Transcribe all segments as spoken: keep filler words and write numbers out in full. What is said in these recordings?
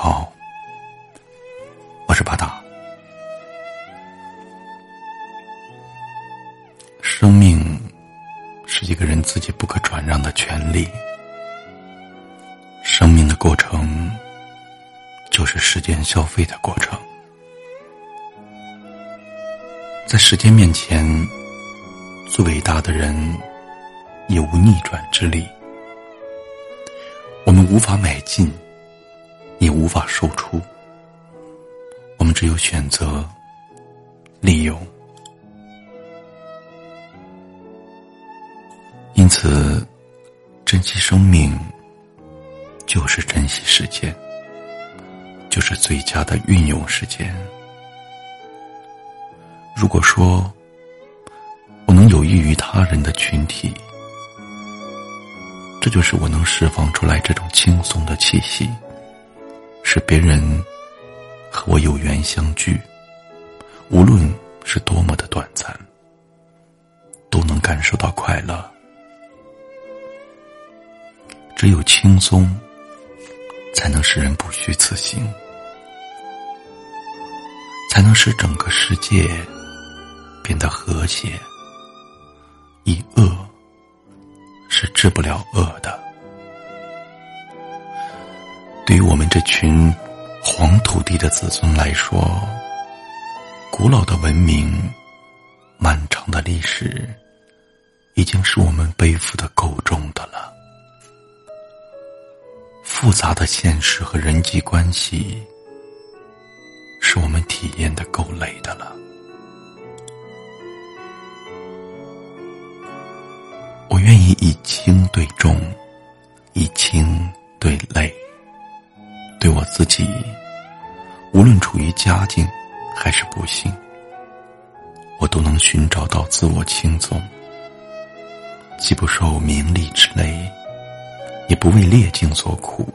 好，我是巴达。生命是一个人自己不可转让的权利，生命的过程就是时间消费的过程。在时间面前，最伟大的人也无逆转之力。我们无法买进，也无法售出，我们只有选择利用。因此，珍惜生命就是珍惜时间，就是最佳的运用时间。如果说我能有益于他人的群体，这就是我能释放出来这种轻松的气息，使别人和我有缘相聚，无论是多么的短暂，都能感受到快乐。只有轻松，才能使人不虚此行，才能使整个世界变得和谐。以恶是治不了恶的。对于我们这群黄土地的子孙来说，古老的文明，漫长的历史，已经是我们背负的够重的了。复杂的现实和人际关系，是我们体验的够累的了。我愿意以轻对重，以轻对累。对我自己，无论处于佳境还是不幸，我都能寻找到自我轻松，既不受名利之累，也不为劣境所苦。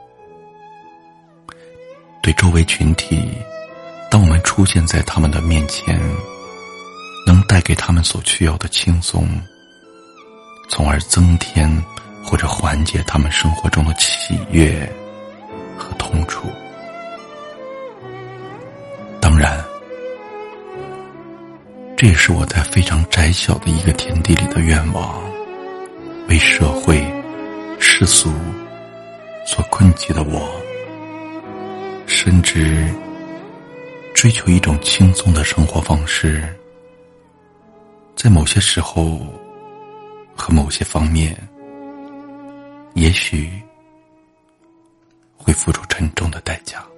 对周围群体，当我们出现在他们的面前，能带给他们所需要的轻松，从而增添或者缓解他们生活中的喜悦和痛楚。当然，这也是我在非常窄小的一个天地里的愿望，为社会世俗所困寂的我，深知追求一种轻松的生活方式，在某些时候和某些方面，也许会付出沉重的代价。